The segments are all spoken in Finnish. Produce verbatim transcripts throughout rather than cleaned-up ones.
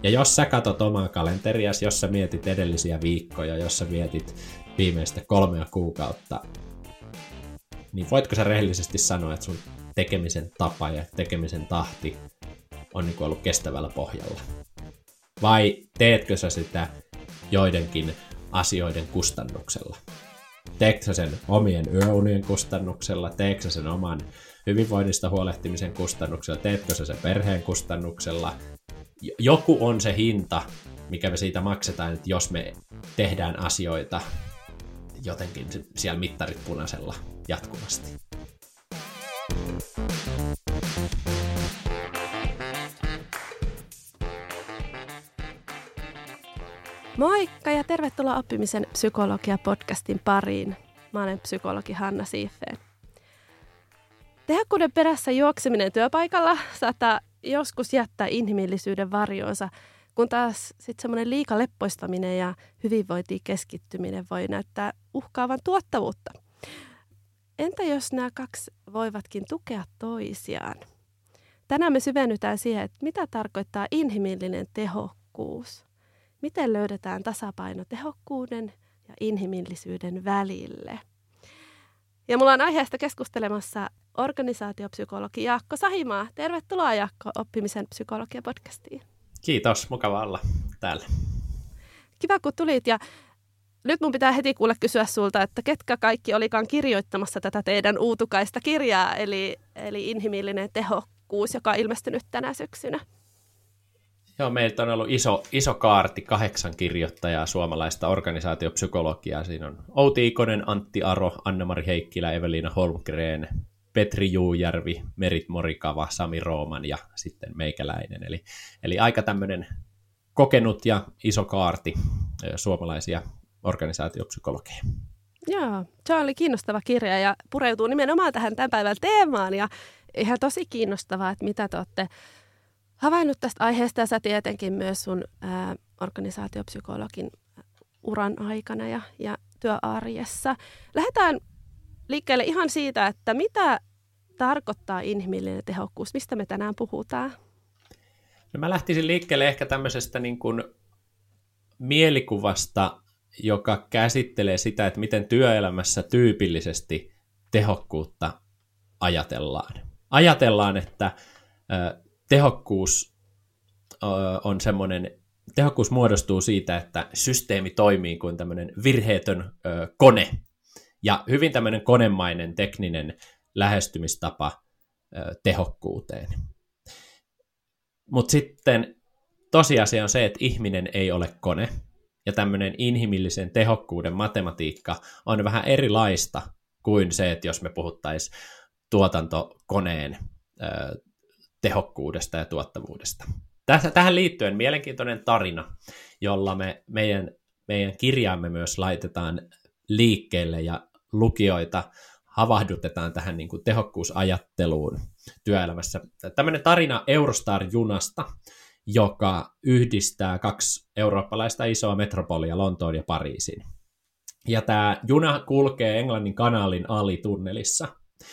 Ja jos sä katot omaa kalenteriasi, jos sä mietit edellisiä viikkoja, jos sä mietit viimeistä kolmea kuukautta, niin voitko sä rehellisesti sanoa, että sun tekemisen tapa ja tekemisen tahti on niin kuin ollut kestävällä pohjalla? Vai teetkö sä sitä joidenkin asioiden kustannuksella? Teetkö sä sen omien yöunien kustannuksella? Teetkö sä sen oman hyvinvoinnista huolehtimisen kustannuksella? Teetkö sä sen perheen kustannuksella? Joku on se hinta, mikä me siitä maksetaan, että jos me tehdään asioita jotenkin siellä mittarit punaisella jatkuvasti. Moikka ja tervetuloa Oppimisen psykologia-podcastin pariin. Mä olen psykologi Hanna Siiffeen. Tehokkuuden perässä juokseminen työpaikalla saattaa joskus jättää inhimillisyyden varjoonsa, kun taas sitten semmoinen liika leppoistaminen ja hyvinvointiin keskittyminen voi näyttää uhkaavan tuottavuutta. Entä jos nämä kaksi voivatkin tukea toisiaan? Tänään me syvennytään siihen, että mitä tarkoittaa inhimillinen tehokkuus. Miten löydetään tasapaino tehokkuuden ja inhimillisyyden välille? Ja mulla on aiheesta keskustelemassa organisaatiopsykologi Jaakko Sahimaa. Tervetuloa Jaakko Oppimisen psykologia-podcastiin. Kiitos, mukava olla täällä. Kiva kun tulit ja nyt mun pitää heti kuulla kysyä sulta, että ketkä kaikki olikaan kirjoittamassa tätä teidän uutukaista kirjaa, eli, eli inhimillinen tehokkuus, joka on ilmestynyt tänä syksynä. Joo, meiltä on ollut iso, iso kaarti, kahdeksan kirjoittajaa suomalaista organisaatiopsykologiaa. Siinä on Outi Ikonen, Antti Aro, Anna-Mari Heikkilä, Eveliina Holmgren, Petri Juujärvi, Merit Morikava, Sami Rooman ja sitten meikäläinen. Eli, eli aika tämmöinen kokenut ja iso kaarti suomalaisia organisaatiopsykologeja. Joo, se oli kiinnostava kirja ja pureutuu nimenomaan tähän tämän päivän teemaan. Ja ihan tosi kiinnostavaa, että mitä te olette havainnut tästä aiheesta ja sä tietenkin myös sun ää, organisaatiopsykologin uran aikana ja, ja työarjessa. Lähdetään liikkeelle ihan siitä, että mitä tarkoittaa inhimillinen tehokkuus, mistä me tänään puhutaan? No mä lähtisin liikkeelle ehkä tämmöisestä niin kuin mielikuvasta, joka käsittelee sitä, että miten työelämässä tyypillisesti tehokkuutta ajatellaan. Ajatellaan, että ö, tehokkuus ö, on semmoinen, tehokkuus muodostuu siitä, että systeemi toimii kuin tämmöinen virheetön ö, kone. Ja hyvin tämmöinen konemainen tekninen lähestymistapa ö, tehokkuuteen. Mutta sitten tosiasia on se, että ihminen ei ole kone. Ja tämmöinen inhimillisen tehokkuuden matematiikka on vähän erilaista kuin se, että jos me puhuttaisiin tuotantokoneen ö, tehokkuudesta ja tuottavuudesta. Tähän liittyen mielenkiintoinen tarina, jolla me meidän, meidän kirjaamme myös laitetaan liikkeelle ja lukijoita havahdutetaan tähän niin kuin tehokkuusajatteluun työelämässä. Tämmöinen tarina Eurostar-junasta, joka yhdistää kaksi eurooppalaista isoa metropolia, Lontoon ja Pariisin. Ja tämä juna kulkee Englannin kanaalin alitunnelissa.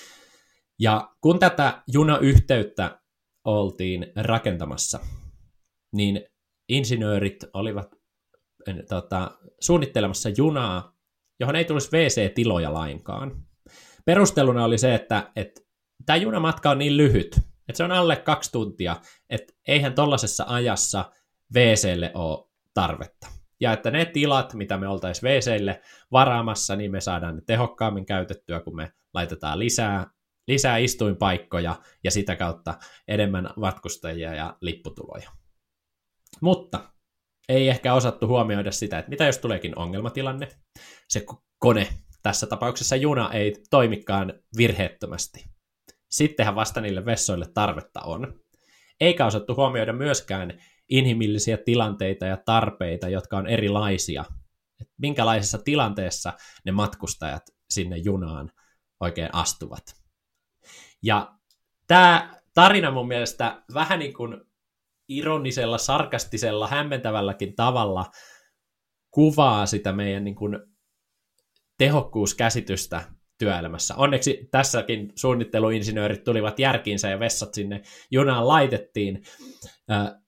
Ja kun tätä junayhteyttä oltiin rakentamassa, niin insinöörit olivat tota, suunnittelemassa junaa, johon ei tulisi wee see-tiloja lainkaan. Perusteluna oli se, että, että tämä junamatka on niin lyhyt, että se on alle kaksi tuntia, että eihän tuollaisessa ajassa wee seelle ole tarvetta. Ja että ne tilat, mitä me oltaisiin wee seelle varaamassa, niin me saadaan ne tehokkaammin käytettyä, kun me laitetaan lisää, lisää istuinpaikkoja ja sitä kautta enemmän matkustajia ja lipputuloja. Mutta ei ehkä osattu huomioida sitä, että mitä jos tuleekin ongelmatilanne, se kone, tässä tapauksessa juna, ei toimikaan virheettömästi. Sittenhän vasta niille vessoille tarvetta on. Eikä osattu huomioida myöskään inhimillisiä tilanteita ja tarpeita, jotka on erilaisia. Et minkälaisessa tilanteessa ne matkustajat sinne junaan oikein astuvat. Ja tämä tarina mun mielestä vähän niin kuin ironisella, sarkastisella, hämmentävälläkin tavalla kuvaa sitä meidän niin kuin tehokkuuskäsitystä työelämässä. Onneksi tässäkin suunnitteluinsinöörit tulivat järkiinsä ja vessat sinne junaan laitettiin.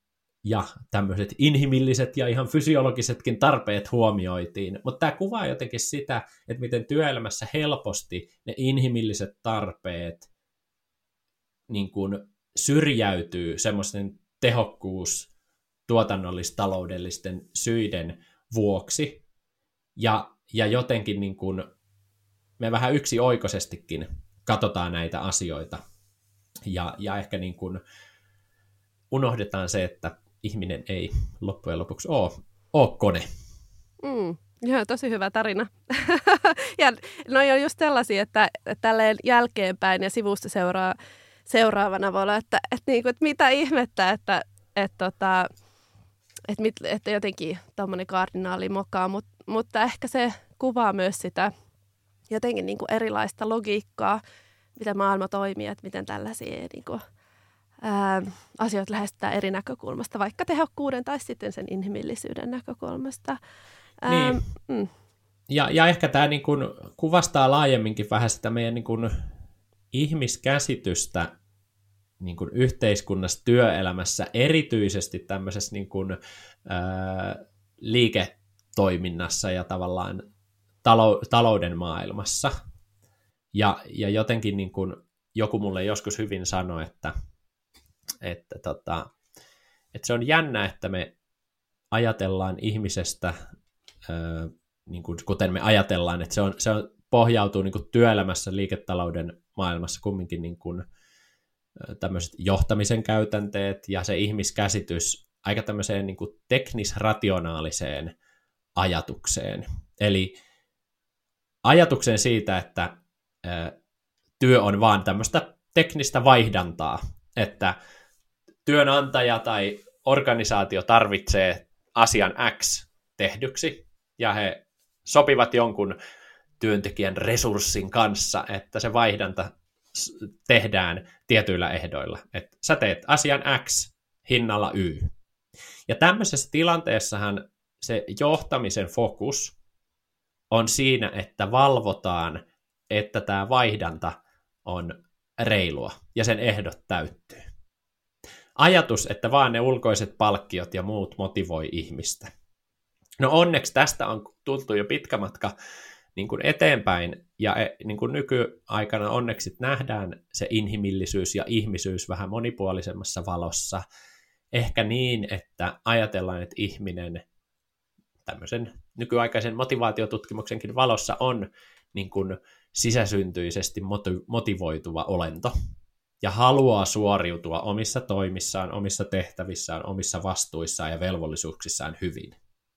ja tämmöiset inhimilliset ja ihan fysiologisetkin tarpeet huomioitiin. Mutta tämä kuvaa jotenkin sitä, että miten työelämässä helposti ne inhimilliset tarpeet niin kuin syrjäytyy semmoisten tehokkuus tuotannollis-taloudellisten syiden vuoksi, ja, ja jotenkin niin kuin me vähän yksioikoisestikin katsotaan näitä asioita, ja, ja ehkä niin kuin unohdetaan se, että ihminen ei loppujen lopuksi ole, ole kone. Mm, joo, tosi hyvä tarina. Ja noi on just sellaisia, että tälleen jälkeenpäin ja sivusta seuraa, seuraavana voi olla, että, että, niin kuin, että mitä ihmettä, että, että, että, että, että, että jotenkin tuommoinen kardinaali mokaa, mutta, mutta ehkä se kuvaa myös sitä jotenkin niin kuin erilaista logiikkaa, miten maailma toimii, että miten tällaisia niin kuin, ää, asioita lähestytään eri näkökulmasta, vaikka tehokkuuden tai sitten sen inhimillisyyden näkökulmasta. Ää, niin. mm. ja, ja ehkä tämä niin kuin kuvastaa laajemminkin vähän sitä meidän niin kuin ihmiskäsitystä niin kuin yhteiskunnassa, työelämässä, erityisesti tämmöisessä niin kuin, ää, liiketoiminnassa ja tavallaan talou- talouden maailmassa. Ja, ja jotenkin niin kuin joku mulle joskus hyvin sanoi, että, että, tota, että se on jännä, että me ajatellaan ihmisestä, ää, niin kuin, kuten me ajatellaan, että se, on, se on, pohjautuu niin kuin työelämässä, liiketalouden maailmassa kumminkin niin kuin, tämmöiset johtamisen käytänteet ja se ihmiskäsitys aika tämmöiseen niin kuin teknis-rationaaliseen ajatukseen. Eli ajatukseen siitä, että työ on vaan tämmöistä teknistä vaihdantaa, että työnantaja tai organisaatio tarvitsee asian X tehdyksi, ja he sopivat jonkun työntekijän resurssin kanssa, että se vaihdanta tehdään tietyillä ehdoilla. Että sä teet asian X hinnalla Y. Ja tämmöisessä tilanteessahan se johtamisen fokus on siinä, että valvotaan, että tämä vaihdanta on reilua ja sen ehdot täyttyy. Ajatus, että vaan ne ulkoiset palkkiot ja muut motivoi ihmistä. No onneksi tästä on tultu jo pitkä matka niin kuin eteenpäin, ja niin kuin nykyaikana onneksi nähdään se inhimillisyys ja ihmisyys vähän monipuolisemmassa valossa. Ehkä niin, että ajatellaan, että ihminen tämmöisen nykyaikaisen motivaatiotutkimuksenkin valossa on niin kuin sisäsyntyisesti motivoituva olento ja haluaa suoriutua omissa toimissaan, omissa tehtävissään, omissa vastuissaan ja velvollisuuksissaan hyvin.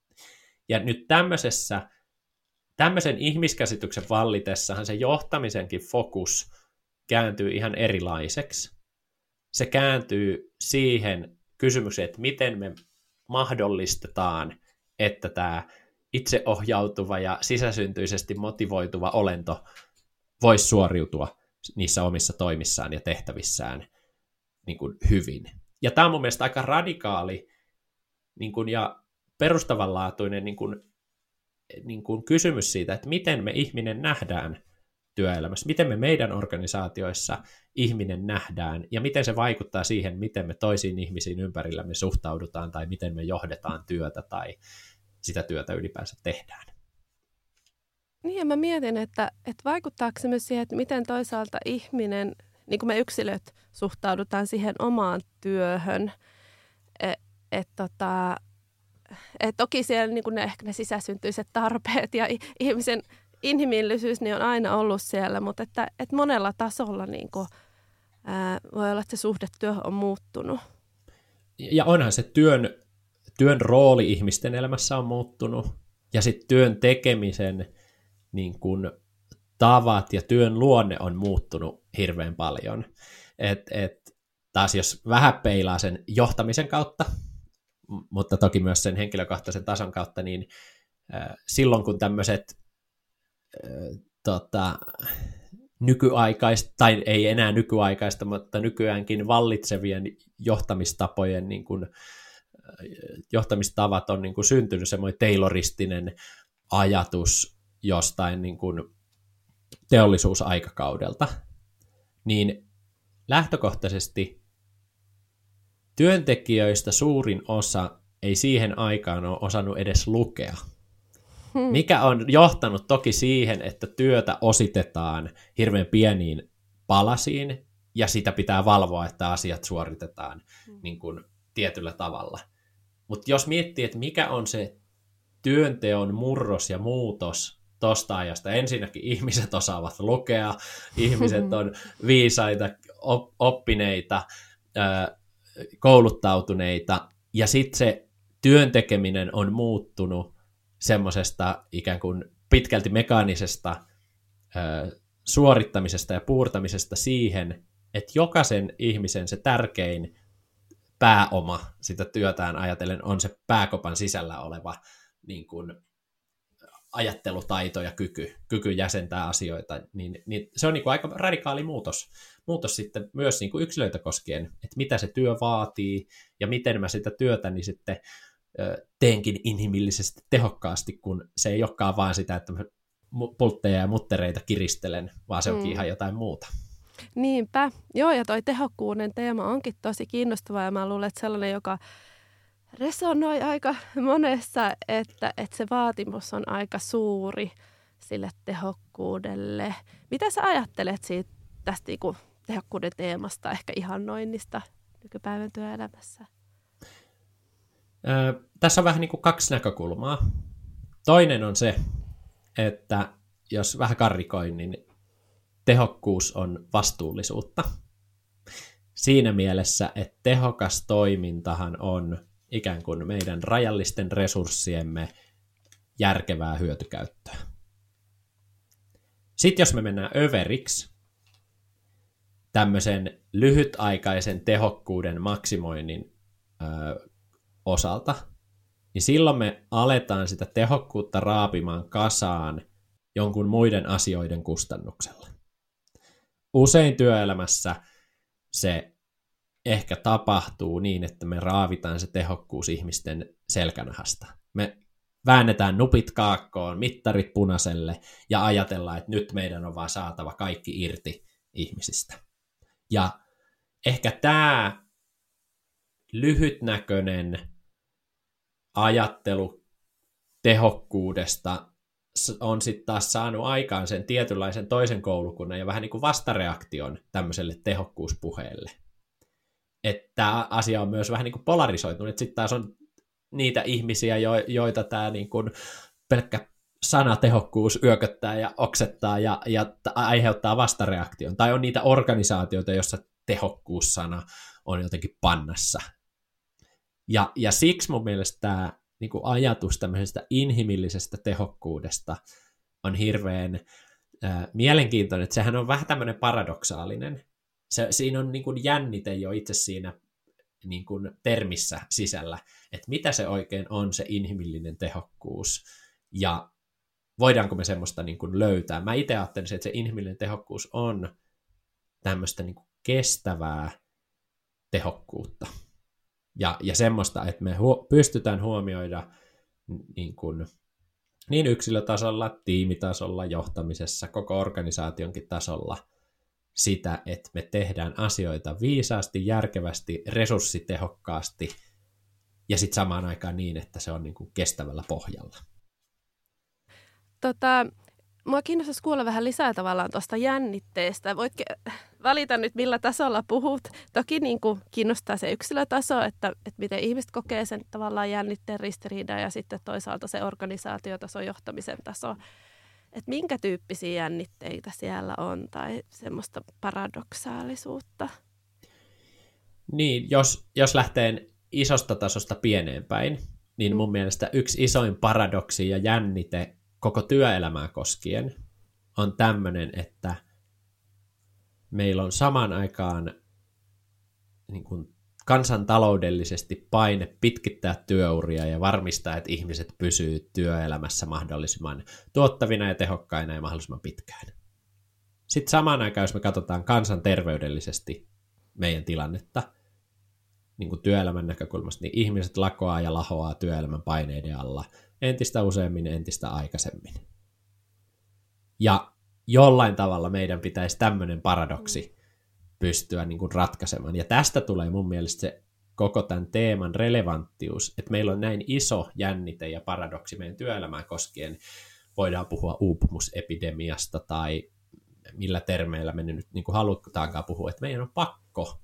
Ja nyt tämmöisessä, tämmöisen ihmiskäsityksen vallitessahan se johtamisenkin fokus kääntyy ihan erilaiseksi. Se kääntyy siihen kysymykseen, että miten me mahdollistetaan, että tämä itseohjautuva ja sisäsyntyisesti motivoituva olento voisi suoriutua niissä omissa toimissaan ja tehtävissään niin kuin hyvin. Ja tämä on mun mielestä aika radikaali niin kuin, ja perustavanlaatuinen niin kuin, niin kuin kysymys siitä, että miten me ihminen nähdään työelämässä, miten me meidän organisaatioissa ihminen nähdään, ja miten se vaikuttaa siihen, miten me toisiin ihmisiin ympärillämme suhtaudutaan, tai miten me johdetaan työtä, tai sitä työtä ylipäänsä tehdään. Niin, ja mä mietin, että, että vaikuttaako se myös siihen, että miten toisaalta ihminen, niin kuin me yksilöt suhtaudutaan siihen omaan työhön, että et, tota, et toki siellä niin kuin ne, ehkä ne sisäsyntyiset tarpeet ja ihmisen inhimillisyys niin on aina ollut siellä, mutta että, että monella tasolla niin kuin, ää, voi olla, että se suhde työhön on muuttunut. Ja onhan se työn, työn rooli ihmisten elämässä on muuttunut, ja sitten työn tekemisen niin kuin, tavat ja työn luonne on muuttunut hirveän paljon. Et, et, taas jos vähän peilaa sen johtamisen kautta, mutta toki myös sen henkilökohtaisen tason kautta, niin äh, silloin kun tämmöiset äh, tota, nykyaikaista, tai ei enää nykyaikaista, mutta nykyäänkin vallitsevien johtamistapojen niin kuin, äh, johtamistavat on niin kuin syntynyt semmoinen tayloristinen ajatus jostain niin kuin teollisuusaikakaudelta, niin lähtökohtaisesti työntekijöistä suurin osa ei siihen aikaan ole osannut edes lukea. Mikä on johtanut toki siihen, että työtä ositetaan hirveän pieniin palasiin, ja sitä pitää valvoa, että asiat suoritetaan mm. niin kuin tietyllä tavalla. Mutta jos miettii, että mikä on se työnteon murros ja muutos tuosta ajasta, ensinnäkin ihmiset osaavat lukea, ihmiset on viisaita, oppineita, kouluttautuneita, ja sitten se työn tekeminen on muuttunut semmoisesta ikään kuin pitkälti mekaanisesta suorittamisesta ja puurtamisesta siihen, että jokaisen ihmisen se tärkein pääoma sitä työtään ajatellen on se pääkopan sisällä oleva niin kuin ajattelutaito ja kyky, kyky jäsentää asioita, niin, niin se on niin kuin aika radikaali muutos, muutos sitten myös niin kuin yksilöitä koskien, että mitä se työ vaatii ja miten mä sitä työtäni sitten teenkin inhimillisesti tehokkaasti, kun se ei olekaan vaan sitä, että mä pultteja ja muttereita kiristelen, vaan se onkin mm. ihan jotain muuta. Niinpä. Joo, ja toi tehokkuuden teema onkin tosi kiinnostava, ja mä luulen, että sellainen, joka resonoi aika monessa, että, että se vaatimus on aika suuri sille tehokkuudelle. Mitä sä ajattelet siitä tästä niin kuin tehokkuuden teemasta, ehkä ihannoinnista nykypäivän työelämässä? Öö, tässä on vähän niin kuin kaksi näkökulmaa. Toinen on se, että jos vähän karrikoin, niin tehokkuus on vastuullisuutta. Siinä mielessä, että tehokas toimintahan on ikään kuin meidän rajallisten resurssiemme järkevää hyötykäyttöä. Sitten jos me mennään överiksi, tämmöisen lyhytaikaisen tehokkuuden maksimoinnin ö, osalta, niin silloin me aletaan sitä tehokkuutta raapimaan kasaan jonkun muiden asioiden kustannuksella. Usein työelämässä se ehkä tapahtuu niin, että me raavitaan se tehokkuus ihmisten selkänahasta. Me väännetään nupit kaakkoon, mittarit punaiselle ja ajatellaan, että nyt meidän on vaan saatava kaikki irti ihmisistä. Ja ehkä tämä lyhytnäköinen ajattelu tehokkuudesta on sitten taas saanut aikaan sen tietynlaisen toisen koulukunnan ja vähän niin kuin vastareaktion tämmöiselle tehokkuuspuheelle. Että tämä asia on myös vähän niin kuin polarisoitunut, että sitten taas on niitä ihmisiä, jo- joita tämä niin kuin pelkkä sana tehokkuus yököttää ja oksettaa ja, ja aiheuttaa vastareaktion. Tai on niitä organisaatioita, joissa tehokkuussana on jotenkin pannassa. Ja, ja siksi mun mielestä tämä niin kuin ajatus tämmöisestä inhimillisestä tehokkuudesta on hirveän ää, mielenkiintoinen, että sehän on vähän tämmöinen paradoksaalinen. Se, siinä on niin kuin jännite jo itse siinä niin kuin termissä sisällä, että mitä se oikein on se inhimillinen tehokkuus ja voidaanko me semmoista niin kuin löytää. Mä itse ajattelisin, että se inhimillinen tehokkuus on tämmöistä niin kuin kestävää tehokkuutta. Ja, ja semmoista, että me huo, pystytään huomioida niin, kuin, niin yksilötasolla, tiimitasolla, johtamisessa, koko organisaationkin tasolla sitä, että me tehdään asioita viisaasti, järkevästi, resurssitehokkaasti ja sitten samaan aikaan niin, että se on niin kuin kestävällä pohjalla. Tota, mua kiinnostaisi kuulla vähän lisää tavallaan tuosta jännitteestä. Voitko valita nyt, millä tasolla puhut? Toki niin kuin kiinnostaa se yksilötaso, että, että miten ihmiset kokee sen tavallaan jännitteen ristiriidan ja sitten toisaalta se organisaatiotaso, johtamisen taso. Että minkä tyyppisiä jännitteitä siellä on tai semmoista paradoksaalisuutta? Niin, jos, jos lähtee isosta tasosta pieneen päin, niin mun mielestä yksi isoin paradoksi ja jännite koko työelämää koskien on tämmöinen, että meillä on samaan aikaan niin kuin kansantaloudellisesti paine pitkittää työuria ja varmistaa, että ihmiset pysyy työelämässä mahdollisimman tuottavina ja tehokkaina ja mahdollisimman pitkään. Sitten samaan aikaan, jos me katsotaan kansanterveydellisesti meidän tilannetta niin kuin työelämän näkökulmasta, niin ihmiset lakoaa ja lahoaa työelämän paineiden alla entistä useammin, entistä aikaisemmin. Ja jollain tavalla meidän pitäisi tämmöinen paradoksi pystyä niin kuin ratkaisemaan. Ja tästä tulee mun mielestä se koko tämän teeman relevanttius, että meillä on näin iso jännite ja paradoksi meidän työelämään koskien. Voidaan puhua uupumusepidemiasta tai millä termeillä me nyt niin kuin halutaankaan puhua, että meidän on pakko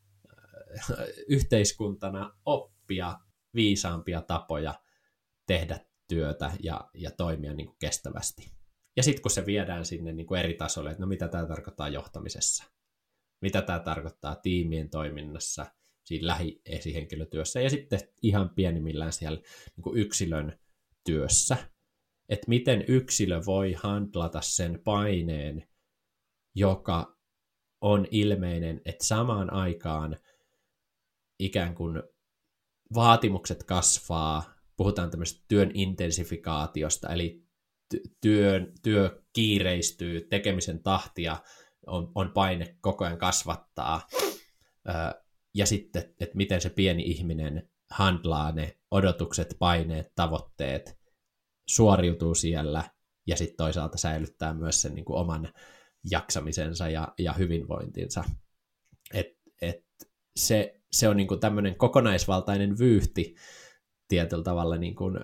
yhteiskuntana oppia viisaampia tapoja tehdä työtä ja, ja toimia niin kuin kestävästi. Ja sitten kun se viedään sinne niin kuin eri tasolle, että no mitä tämä tarkoittaa johtamisessa, mitä tämä tarkoittaa tiimien toiminnassa, siinä lähiesihenkilötyössä ja sitten ihan pienimmillään siellä niin kuin yksilön työssä, että miten yksilö voi handlata sen paineen, joka on ilmeinen, että samaan aikaan ikään kuin vaatimukset kasvaa, puhutaan tämmöisestä työn intensifikaatiosta, eli työn, työ kiireistyy, tekemisen tahtia on, on paine koko ajan kasvattaa, ja sitten, että miten se pieni ihminen handlaa ne odotukset, paineet, tavoitteet, suoriutuu siellä, ja sitten toisaalta säilyttää myös sen niin kuin oman jaksamisensa ja, ja hyvinvointinsa. Et, et se, se on niin kuin tämmöinen kokonaisvaltainen vyyhti tietyllä tavalla niin kuin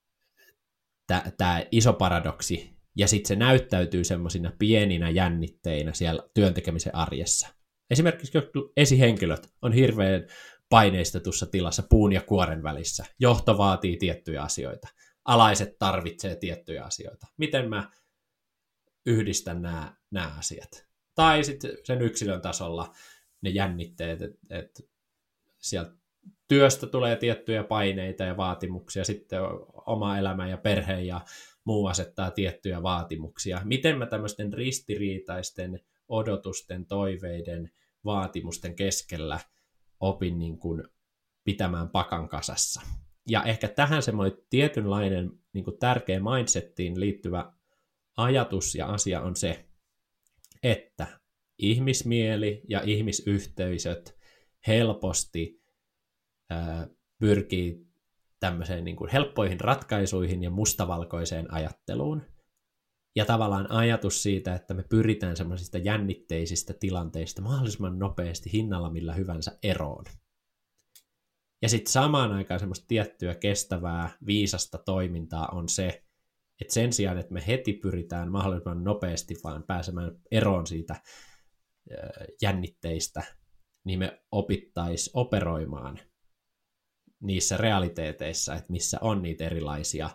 tämä iso paradoksi, ja sitten se näyttäytyy semmoisina pieninä jännitteinä siellä työntekemisen arjessa. Esimerkiksi esihenkilöt on hirveän paineistetussa tilassa puun ja kuoren välissä. Johto vaatii tiettyjä asioita. Alaiset tarvitsee tiettyjä asioita. Miten mä yhdistän nämä, nämä asiat? Tai sitten sen yksilön tasolla ne jännitteet, että et sieltä työstä tulee tiettyjä paineita ja vaatimuksia, sitten oma elämä ja perhe ja muu asettaa tiettyjä vaatimuksia. Miten mä tämmöisten ristiriitaisten odotusten, toiveiden, vaatimusten keskellä opin niin kuin pitämään pakan kasassa. Ja ehkä tähän semmoinen tietynlainen niin kuin tärkeä mindsettiin liittyvä ajatus ja asia on se, että ihmismieli ja ihmisyhteisöt helposti ää, pyrkii tämmöiseen niin kuin helppoihin ratkaisuihin ja mustavalkoiseen ajatteluun. Ja tavallaan ajatus siitä, että me pyritään semmoisista jännitteisistä tilanteista mahdollisimman nopeasti hinnalla millä hyvänsä eroon. Ja sitten samaan aikaan semmoista tiettyä kestävää, viisasta toimintaa on se, että sen sijaan, että me heti pyritään mahdollisimman nopeasti vaan pääsemään eroon siitä jännitteistä, niin me opittaisiin operoimaan niissä realiteeteissa, että missä on niitä erilaisia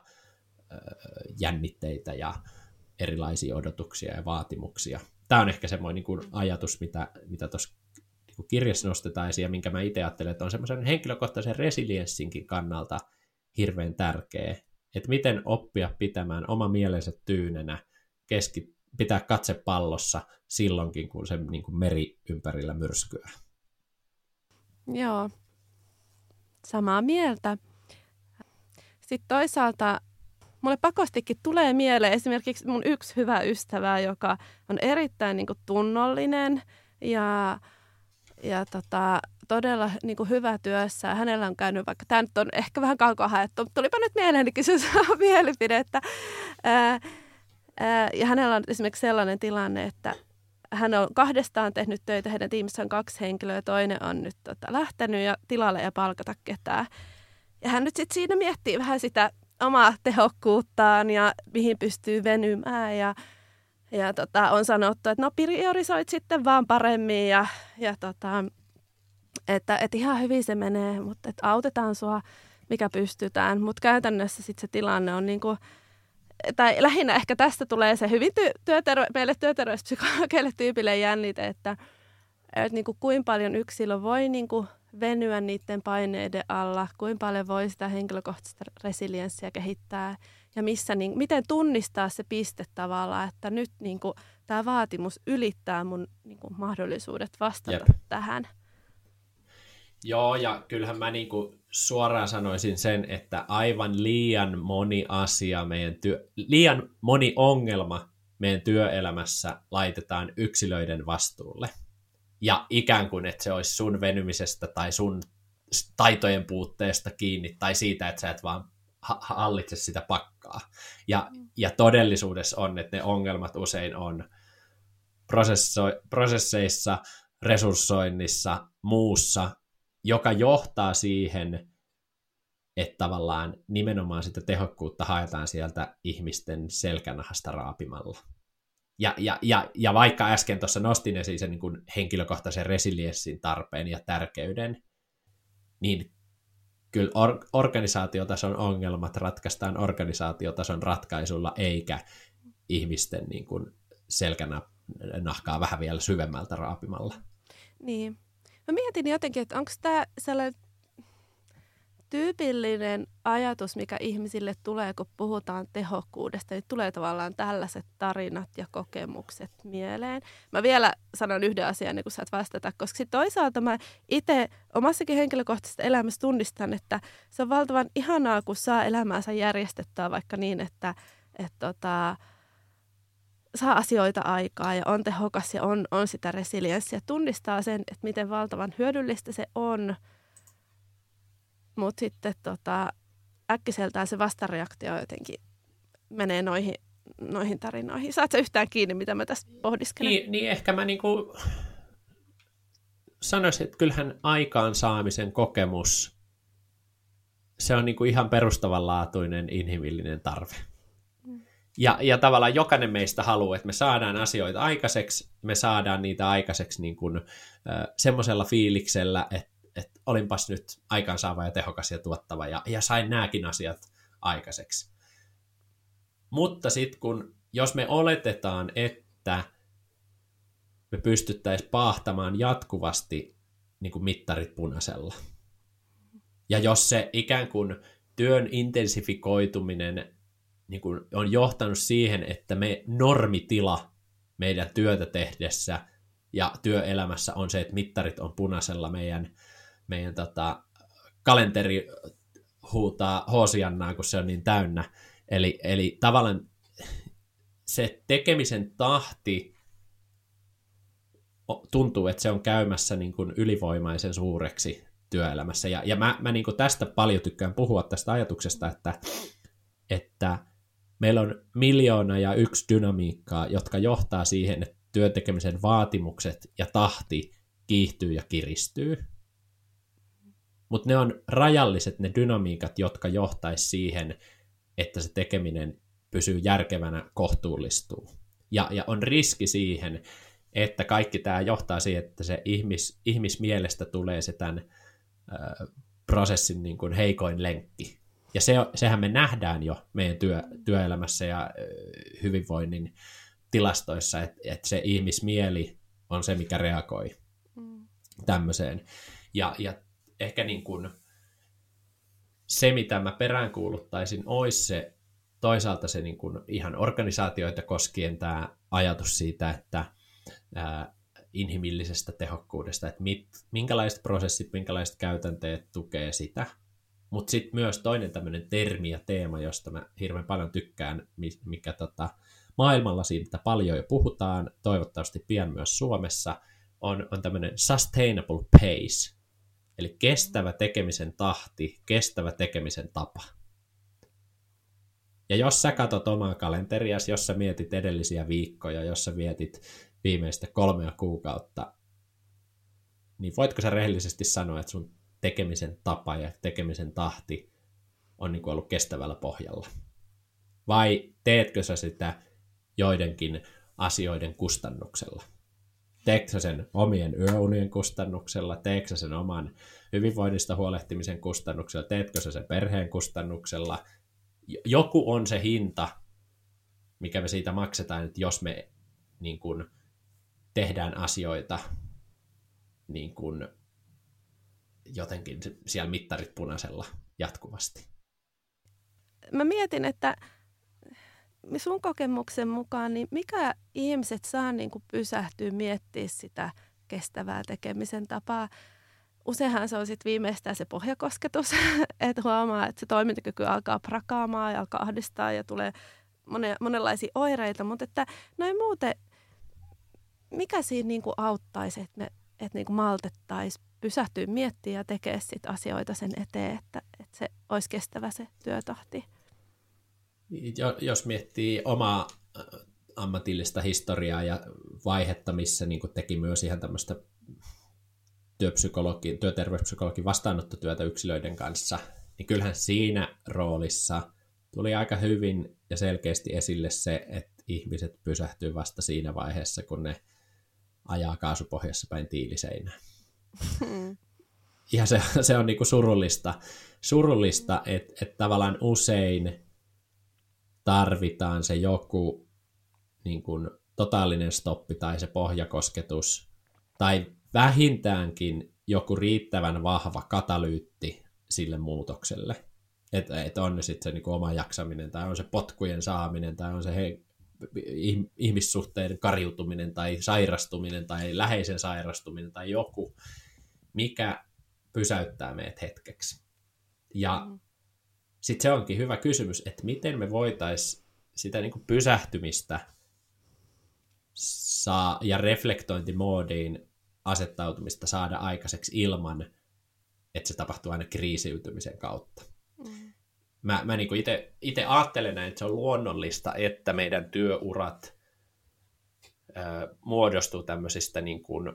jännitteitä ja erilaisia odotuksia ja vaatimuksia. Tämä on ehkä semmoinen niin kuin ajatus, mitä, mitä tuossa niin kirjassa nostetaan esiin, ja minkä mä itse ajattelen, että on semmoisen henkilökohtaisen resilienssinkin kannalta hirveän tärkeä, että miten oppia pitämään oma mielensä tyynenä, keski, pitää katse pallossa silloinkin, kun se niin kuin meri ympärillä myrskyää. Joo, samaa mieltä. Sitten toisaalta mulle pakostikin tulee mieleen esimerkiksi mun yksi hyvä ystävä, joka on erittäin niin kuin tunnollinen ja, ja tota, todella niin kuin hyvä työssä. Hänellä on käynyt, vaikka tämä nyt on ehkä vähän kaukaa haettu, mutta tulipa nyt mieleen kysyä mielipidettä. Ää, ää, ja hänellä on esimerkiksi sellainen tilanne, että hän on kahdestaan tehnyt töitä, heidän tiimissä on kaksi henkilöä, toinen on nyt tota, lähtenyt ja tilalle ei palkata ketään. Ja hän nyt sitten siinä miettii vähän sitä omaa tehokkuuttaan ja mihin pystyy venymään ja, ja tota, on sanottu, että no priorisoit sitten vaan paremmin ja, ja tota, että et ihan hyvin se menee, mutta et autetaan sua mikä pystytään. Mutta käytännössä sitten se tilanne on niinku, tai lähinnä ehkä tästä tulee se hyvin ty- työterve- meille työterveyspsykologeille tyypillinen jännite, että et niinku kuinka paljon yksilö voi niinku venyä niiden paineiden alla, kuinka paljon voi sitä henkilökohtaista resilienssiä kehittää ja missä, niin, miten tunnistaa se piste tavallaan, että nyt niin kuin, tämä vaatimus ylittää mun niin kuin, mahdollisuudet vastata Jep. tähän. Joo, ja kyllähän mä niin kuin suoraan sanoisin sen, että aivan liian moni asia, meidän työ, liian moni ongelma meidän työelämässä laitetaan yksilöiden vastuulle. Ja ikään kuin, että se olisi sun venymisestä tai sun taitojen puutteesta kiinni tai siitä, että sä et vaan hallitse sitä pakkaa. Ja, ja todellisuudessa on, että ne ongelmat usein on prosesseissa, resurssoinnissa, muussa, joka johtaa siihen, että tavallaan nimenomaan sitä tehokkuutta haetaan sieltä ihmisten selkänahasta raapimalla. Ja, ja, ja, ja vaikka äsken tuossa nostin esiin sen niin kuin henkilökohtaisen resilienssin tarpeen ja tärkeyden, niin kyllä or- organisaatiotason ongelmat ratkaistaan organisaatiotason ratkaisulla, eikä ihmisten niin kuin selkänahkaa vähän vielä syvemmältä raapimalla. Niin. Mä mietin jotenkin, että onko tämä sellainen tyypillinen ajatus, mikä ihmisille tulee, kun puhutaan tehokkuudesta, niin tulee tavallaan tällaiset tarinat ja kokemukset mieleen. Mä vielä sanon yhden asian, niin kun saat vastata, koska toisaalta mä itse omassakin henkilökohtaisessa elämässä tunnistan, että se on valtavan ihanaa, kun saa elämäänsä järjestettyä vaikka niin, että et tota, saa asioita aikaa ja on tehokas ja on, on sitä resilienssiä. Tunnistaa sen, että miten valtavan hyödyllistä se on. Mutta sitten tota, äkkiseltään se vastareaktio jotenkin menee noihin, noihin tarinoihin. Saatko yhtään kiinni, mitä mä tässä pohdiskelen? Niin, niin ehkä mä niinku sanoisin, että kyllähän aikaansaamisen kokemus, se on niinku ihan perustavanlaatuinen inhimillinen tarve. Mm. Ja, ja tavallaan jokainen meistä haluaa, että me saadaan asioita aikaiseksi, me saadaan niitä aikaiseksi niin kuin, äh, semmoisella fiiliksellä, että että olinpas nyt aikaansaava ja tehokas ja tuottava, ja, ja sain nämäkin asiat aikaiseksi. Mutta sitten kun, jos me oletetaan, että me pystyttäisiin paahtamaan jatkuvasti niin kuin mittarit punaisella, ja jos se ikään kuin työn intensifikoituminen niin kuin on johtanut siihen, että me normitila meidän työtä tehdessä ja työelämässä on se, että mittarit on punaisella, meidän meidän tota, kalenteri huutaa hoosiannaa, kun se on niin täynnä. Eli, eli tavallaan se tekemisen tahti tuntuu, että se on käymässä niin kuin ylivoimaisen suureksi työelämässä. Ja, ja mä, mä niin kuin tästä paljon tykkään puhua tästä ajatuksesta, että, että meillä on miljoona ja yksi dynamiikkaa, jotka johtaa siihen, että työtekemisen vaatimukset ja tahti kiihtyy ja kiristyy. Mutta ne on rajalliset ne dynamiikat, jotka johtaisi siihen, että se tekeminen pysyy järkevänä, kohtuullistuu. Ja, ja on riski siihen, että kaikki tämä johtaa siihen, että se ihmis, ihmismielestä tulee se tämän ö, prosessin niin kuin heikoin lenkki. Ja se, sehän me nähdään jo meidän työ, työelämässä ja ö, hyvinvoinnin tilastoissa, että, että se ihmismieli on se, mikä reagoi mm. tämmöiseen. Ja, ja ehkä niin kuin se, mitä mä peräänkuuluttaisin, olisi se toisaalta se niin kuin ihan organisaatioita koskien tämä ajatus siitä, että ää, inhimillisestä tehokkuudesta, että mit, minkälaiset prosessit, minkälaiset käytänteet tukee sitä. Mutta sitten myös toinen tämmöinen termi ja teema, josta mä hirveän paljon tykkään, mikä tota, maailmalla siitä paljon jo puhutaan, toivottavasti pian myös Suomessa, on, on tämmöinen sustainable pace. Eli kestävä tekemisen tahti, kestävä tekemisen tapa. Ja jos sä katsot omaa kalenteriasi, jos sä mietit edellisiä viikkoja, jos sä mietit viimeistä kolmea kuukautta, niin voitko sä rehellisesti sanoa, että sun tekemisen tapa ja tekemisen tahti on niin kuin ollut kestävällä pohjalla? Vai teetkö sä sitä joidenkin asioiden kustannuksella? Teekö sä sen omien yöunien kustannuksella? Teekö sä sen oman hyvinvoinnista huolehtimisen kustannuksella? Teetkö sä sen perheen kustannuksella? Joku on se hinta, mikä me siitä maksetaan, että jos me niin kun, tehdään asioita niin kun, jotenkin siellä mittarit punaisella jatkuvasti. Mä mietin, että sun kokemuksen mukaan, niin mikä ihmiset saa niin kuin pysähtyä miettiä sitä kestävää tekemisen tapaa? Useinhan se on sitten viimeistään se pohjakosketus, että huomaa, että se toimintakyky alkaa prakaamaan ja alkaa ahdistaa ja tulee monenlaisia oireita, mutta että noin muuten, mikä siinä niin kuin auttaisi, että me että niin kuin maltettaisiin pysähtyä miettiä ja tekee sit asioita sen eteen, että, että se olisi kestävä se työtahti? Jos miettii omaa ammatillista historiaa ja vaihetta, missä niin kuin teki myös ihan tämmöistä työpsykologin, työterveyspsykologin vastaanottotyötä yksilöiden kanssa, niin kyllähän siinä roolissa tuli aika hyvin ja selkeästi esille se, että ihmiset pysähtyy vasta siinä vaiheessa, kun ne ajaa kaasupohjassa päin tiiliseinään. Mm. Ja se, se on niinku surullista, surullista että et tavallaan usein tarvitaan se joku niin kuin totaalinen stoppi tai se pohjakosketus, tai vähintäänkin joku riittävän vahva katalyytti sille muutokselle. Että et on sitten se niin kuin oma jaksaminen, tai on se potkujen saaminen, tai on se he, ihmissuhteiden kariutuminen, tai sairastuminen, tai läheisen sairastuminen, tai joku, mikä pysäyttää meidät hetkeksi. Ja mm. sitten se onkin hyvä kysymys, että miten me voitaisiin sitä niin kuin pysähtymistä saa, ja reflektointimoodiin asettautumista saada aikaiseksi ilman, että se tapahtuu aina kriisiytymisen kautta. Mm. Mä, mä niin itse ajattelen näin, että se on luonnollista, että meidän työurat ö, muodostuu tämmöisistä niin kuin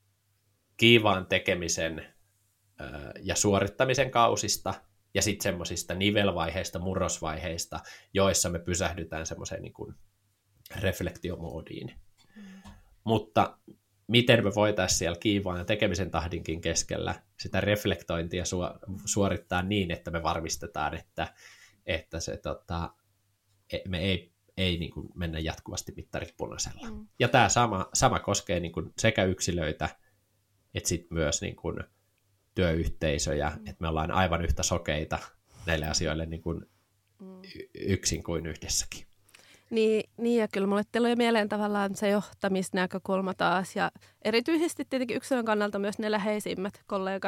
kiivaan tekemisen ö, ja suorittamisen kausista, ja sitten semmoisista nivelvaiheista, murrosvaiheista, joissa me pysähdytään semmoiseen niin kuin reflektiomoodiin. Mm. Mutta miten me voitaisiin siellä kiivaan ja tekemisen tahdinkin keskellä sitä reflektointia suorittaa niin, että me varmistetaan, että, että se, tota, me ei, ei niin kuin mennä jatkuvasti mittarit punaisella. Mm. Ja tämä sama, sama koskee niin kuin sekä yksilöitä, että sitten myös niin kuin työyhteisöjä, mm. että me ollaan aivan yhtä sokeita näille asioille niin kuin mm. yksin kuin yhdessäkin. Niin, niin, ja kyllä mulle tuli mieleen tavallaan se johtamisnäkökulma taas, ja erityisesti tietenkin yksilön kannalta myös ne läheisimmät kollegat,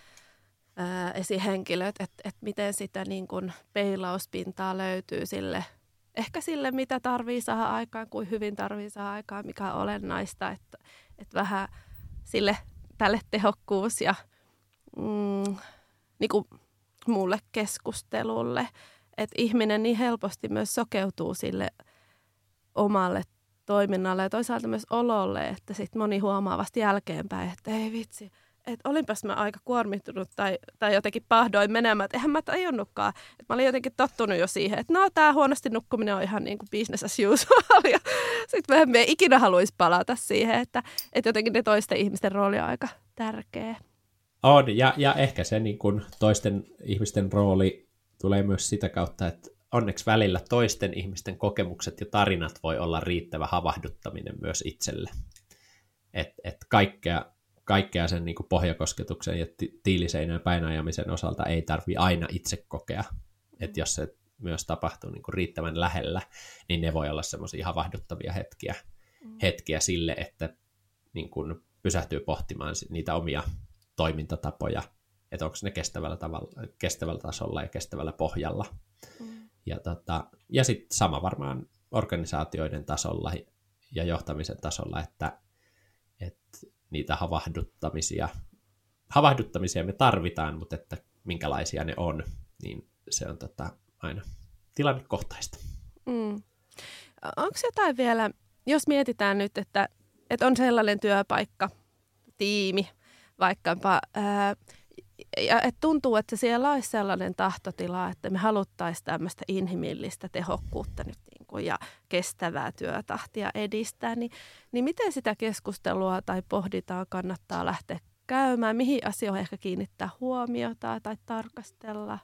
ää, esihenkilöt, että et miten sitä niin kuin peilauspintaa löytyy sille, ehkä sille, mitä tarvii saada aikaan, kuin hyvin tarvii saada aikaan, mikä on olennaista, että et vähän sille tälle tehokkuus ja mm, niin kuin muulle keskustelulle. Että ihminen niin helposti myös sokeutuu sille omalle toiminnalle ja toisaalta myös ololle, että sitten moni huomaa vasta jälkeenpäin, että ei vitsi, että olinpas mä aika kuormittunut tai, tai jotenkin pahdoin menemään, että eihän mä tajunnutkaan. Että mä olin jotenkin tottunut jo siihen, että no tää huonosti nukkuminen on ihan niin kuin business as usual. Ja sitten me ei ikinä haluaisi palata siihen, että, että jotenkin ne toisten ihmisten rooli on aika tärkeä. On, ja, ja ehkä se niin kuin toisten ihmisten rooli tulee myös sitä kautta, että onneksi välillä toisten ihmisten kokemukset ja tarinat voi olla riittävä havahduttaminen myös itselle. Että et kaikkea, kaikkea sen niin kuin pohjakosketuksen ja ti- tiiliseinän päinajamisen osalta ei tarvitse aina itse kokea. Että jos se myös tapahtuu niin kuin riittävän lähellä, niin ne voi olla semmoisia havahduttavia hetkiä, mm. hetkiä sille, että niin kuin pysähtyy pohtimaan niitä omia toimintatapoja, että onko ne kestävällä, tavalla, kestävällä tasolla ja kestävällä pohjalla. Mm. Ja, tota, ja sitten sama varmaan organisaatioiden tasolla ja johtamisen tasolla, että, että niitä havahduttamisia, havahduttamisia me tarvitaan, mutta että minkälaisia ne on, niin se on tota, aina tilannekohtaista. Mm. Onko jotain vielä, jos mietitään nyt, että, että on sellainen työpaikka, tiimi, vaikkapa, ää, ja että tuntuu, että siellä olisi sellainen tahtotila, että me haluttaisiin tämmöistä inhimillistä tehokkuutta nyt niin kuin, ja kestävää työtahtia edistää, niin, niin miten sitä keskustelua tai pohditaan kannattaa lähteä käymään? Mihin asioihin ehkä kiinnittää huomiota tai tarkastella?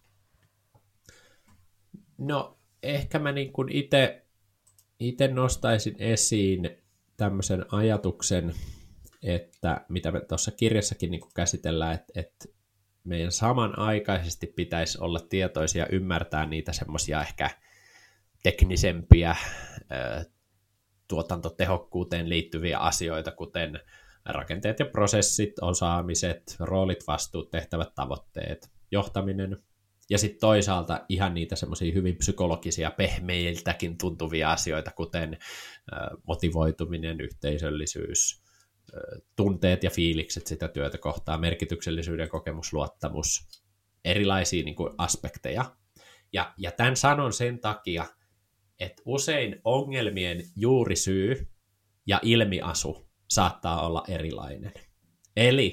No ehkä mä niin kuin itse, itse nostaisin esiin tämmöisen ajatuksen, että mitä me tuossa kirjassakin niin kuin käsitellään, että, että meidän samanaikaisesti pitäisi olla tietoisia ymmärtää niitä semmoisia ehkä teknisempiä ää, tuotantotehokkuuteen liittyviä asioita, kuten rakenteet ja prosessit, osaamiset, roolit, vastuut, tehtävät, tavoitteet, johtaminen. Ja sitten toisaalta ihan niitä semmoisia hyvin psykologisia, pehmeiltäkin tuntuvia asioita, kuten ää, motivoituminen, yhteisöllisyys, tunteet ja fiilikset sitä työtä kohtaa, merkityksellisyyden kokemus, luottamus, erilaisia niin kuin aspekteja. Ja, ja tämän sanon sen takia, että usein ongelmien juurisyy ja ilmiasu saattaa olla erilainen. Eli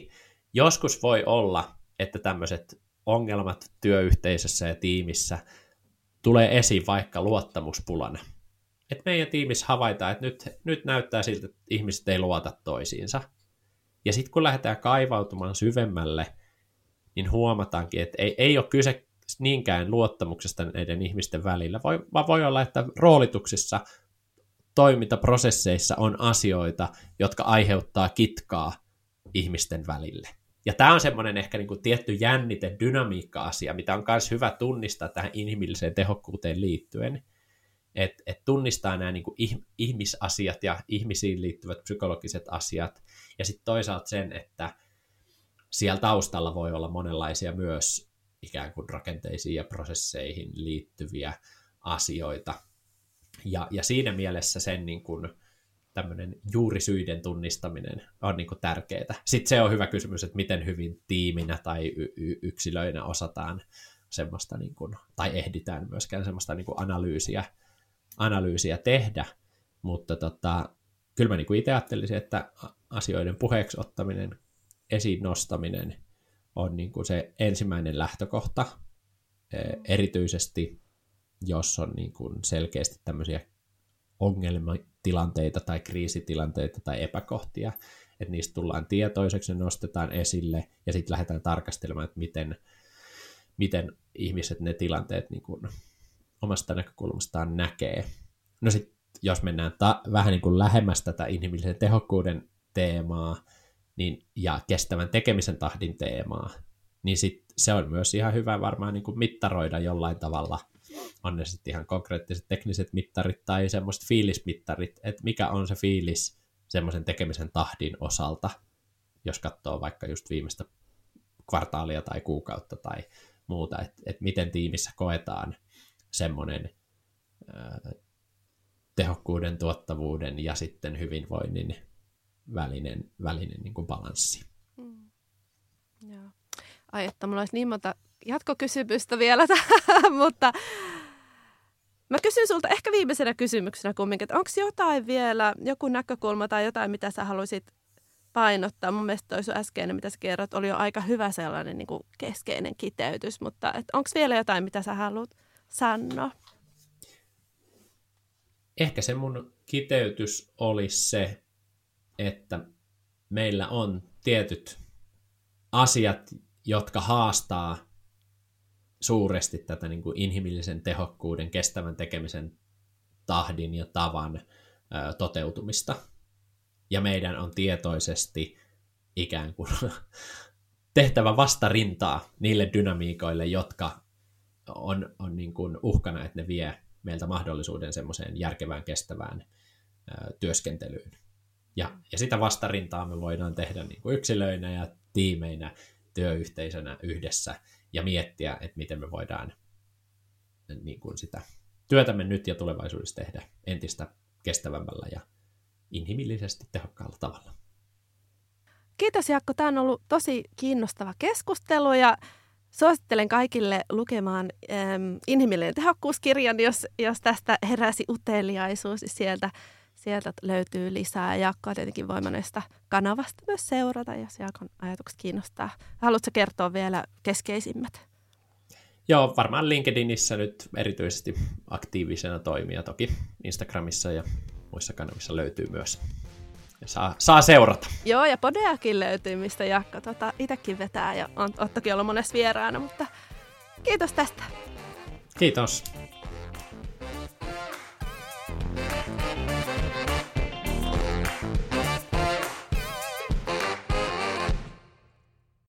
joskus voi olla, että tämmöiset ongelmat työyhteisössä ja tiimissä tulee esiin vaikka luottamuspulana. Että meidän tiimissä havaitaan, että nyt, nyt näyttää siltä, että ihmiset ei luota toisiinsa. Ja sitten kun lähdetään kaivautumaan syvemmälle, niin huomataankin, että ei, ei ole kyse niinkään luottamuksesta näiden ihmisten välillä, vaan voi olla, että roolituksissa, toimintaprosesseissa on asioita, jotka aiheuttaa kitkaa ihmisten välille. Ja tämä on semmoinen ehkä niin kuin tietty jännite, dynamiikka-asia, mitä on myös hyvä tunnistaa tähän inhimilliseen tehokkuuteen liittyen, että et tunnistaa nämä niin kuin ihmisasiat ja ihmisiin liittyvät psykologiset asiat, ja sitten toisaalta sen, että siellä taustalla voi olla monenlaisia myös ikään kuin rakenteisiin ja prosesseihin liittyviä asioita. Ja, ja siinä mielessä sen niin kuin tämmöinen juurisyiden tunnistaminen on niin kuin tärkeää. Sitten se on hyvä kysymys, että miten hyvin tiiminä tai y- y- yksilöinä osataan semmoista, niin kuin, tai ehditään myöskään semmoista niin kuin analyysiä, analyysiä tehdä, mutta tota, kyllä mä niin kuin itse ajattelisin, että asioiden puheeksi ottaminen, esiin nostaminen on niin kuin se ensimmäinen lähtökohta, erityisesti jos on niin kuin selkeästi tämmöisiä ongelmatilanteita tai kriisitilanteita tai epäkohtia, että niistä tullaan tietoiseksi, ne nostetaan esille ja sitten lähdetään tarkastelemaan, että miten, miten ihmiset ne tilanteet niin kuin omasta näkökulmastaan näkee. No sitten jos mennään ta- vähän niin kuin lähemmäs tätä inhimillisen tehokkuuden teemaa niin, ja kestävän tekemisen tahdin teemaa, niin sit se on myös ihan hyvä varmaan niin kuin mittaroida jollain tavalla. On ne sitten ihan konkreettiset tekniset mittarit tai semmoiset fiilismittarit, että mikä on se fiilis semmoisen tekemisen tahdin osalta, jos katsoo vaikka just viimeistä kvartaalia tai kuukautta tai muuta, että et miten tiimissä koetaan semmoinen ää, tehokkuuden, tuottavuuden ja sitten hyvinvoinnin välinen, välinen niin kuin balanssi. Mm. Joo. Ai, että mulla olisi niin monta jatkokysymystä vielä tähän, mutta mä kysyn sulta ehkä viimeisenä kysymyksenä kumminkin, että onko jotain vielä, joku näkökulma tai jotain, mitä sä haluaisit painottaa? Mun mielestä toi sun äskeinen, mitä sä kerrot, oli jo aika hyvä sellainen niin kuin keskeinen kiteytys, mutta onko vielä jotain, mitä sä haluat sanoa? Ehkä se mun kiteytys olisi se, että meillä on tietyt asiat, jotka haastaa suuresti tätä niin kuin inhimillisen tehokkuuden, kestävän tekemisen tahdin ja tavan ö, toteutumista. Ja meidän on tietoisesti ikään kuin tehtävä vastarintaa niille dynamiikoille, jotka on, on niin kuin uhkana, että ne vie meiltä mahdollisuuden semmoiseen järkevään, kestävään ö, työskentelyyn. Ja, ja sitä vastarintaa me voidaan tehdä niin kuin yksilöinä ja tiimeinä, työyhteisönä yhdessä ja miettiä, että miten me voidaan niin kuin sitä työtämme nyt ja tulevaisuudessa tehdä entistä kestävämmällä ja inhimillisesti tehokkaalla tavalla. Kiitos Jaakko, tämä on ollut tosi kiinnostava keskustelu ja suosittelen kaikille lukemaan ähm, inhimillinen tehokkuuskirjan, jos, jos tästä heräsi uteliaisuus. Sieltä, sieltä löytyy lisää. Jaakkoa tietenkin voi monesta kanavasta myös seurata, jos Jaakon ajatukset kiinnostaa. Haluatko kertoa vielä keskeisimmät? Joo, varmaan LinkedInissä nyt erityisesti aktiivisena toimia. Toki Instagramissa ja muissa kanavissa löytyy myös. Saa, saa seurata. Joo, ja podeakin löytyy, mistä Jaakko tota, itsekin vetää. Ja on, oot toki ollut monessa vieraana, mutta kiitos tästä. Kiitos.